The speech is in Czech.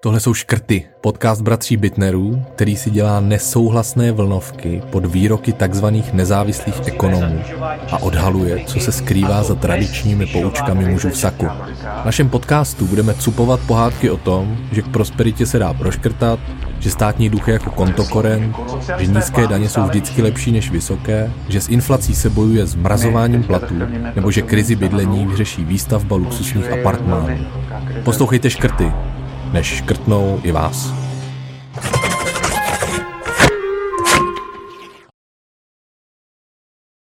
Tohle jsou Škrty, podcast bratří Bittnerů, který si dělá nesouhlasné vlnovky pod výroky takzvaných nezávislých ekonomů a odhaluje, co se skrývá za tradičními poučkami mužů v saku. V našem podcastu budeme cupovat pohádky o tom, že k prosperitě se dá proškrtat, že státní dluh je jako kontokorent, že nízké daně jsou vždycky lepší než vysoké, že s inflací se bojuje zmrazováním platů, nebo že krizi bydlení vyřeší výstavba luxusních apartmánů. Poslouchejte Škrty, než škrtnou i vás.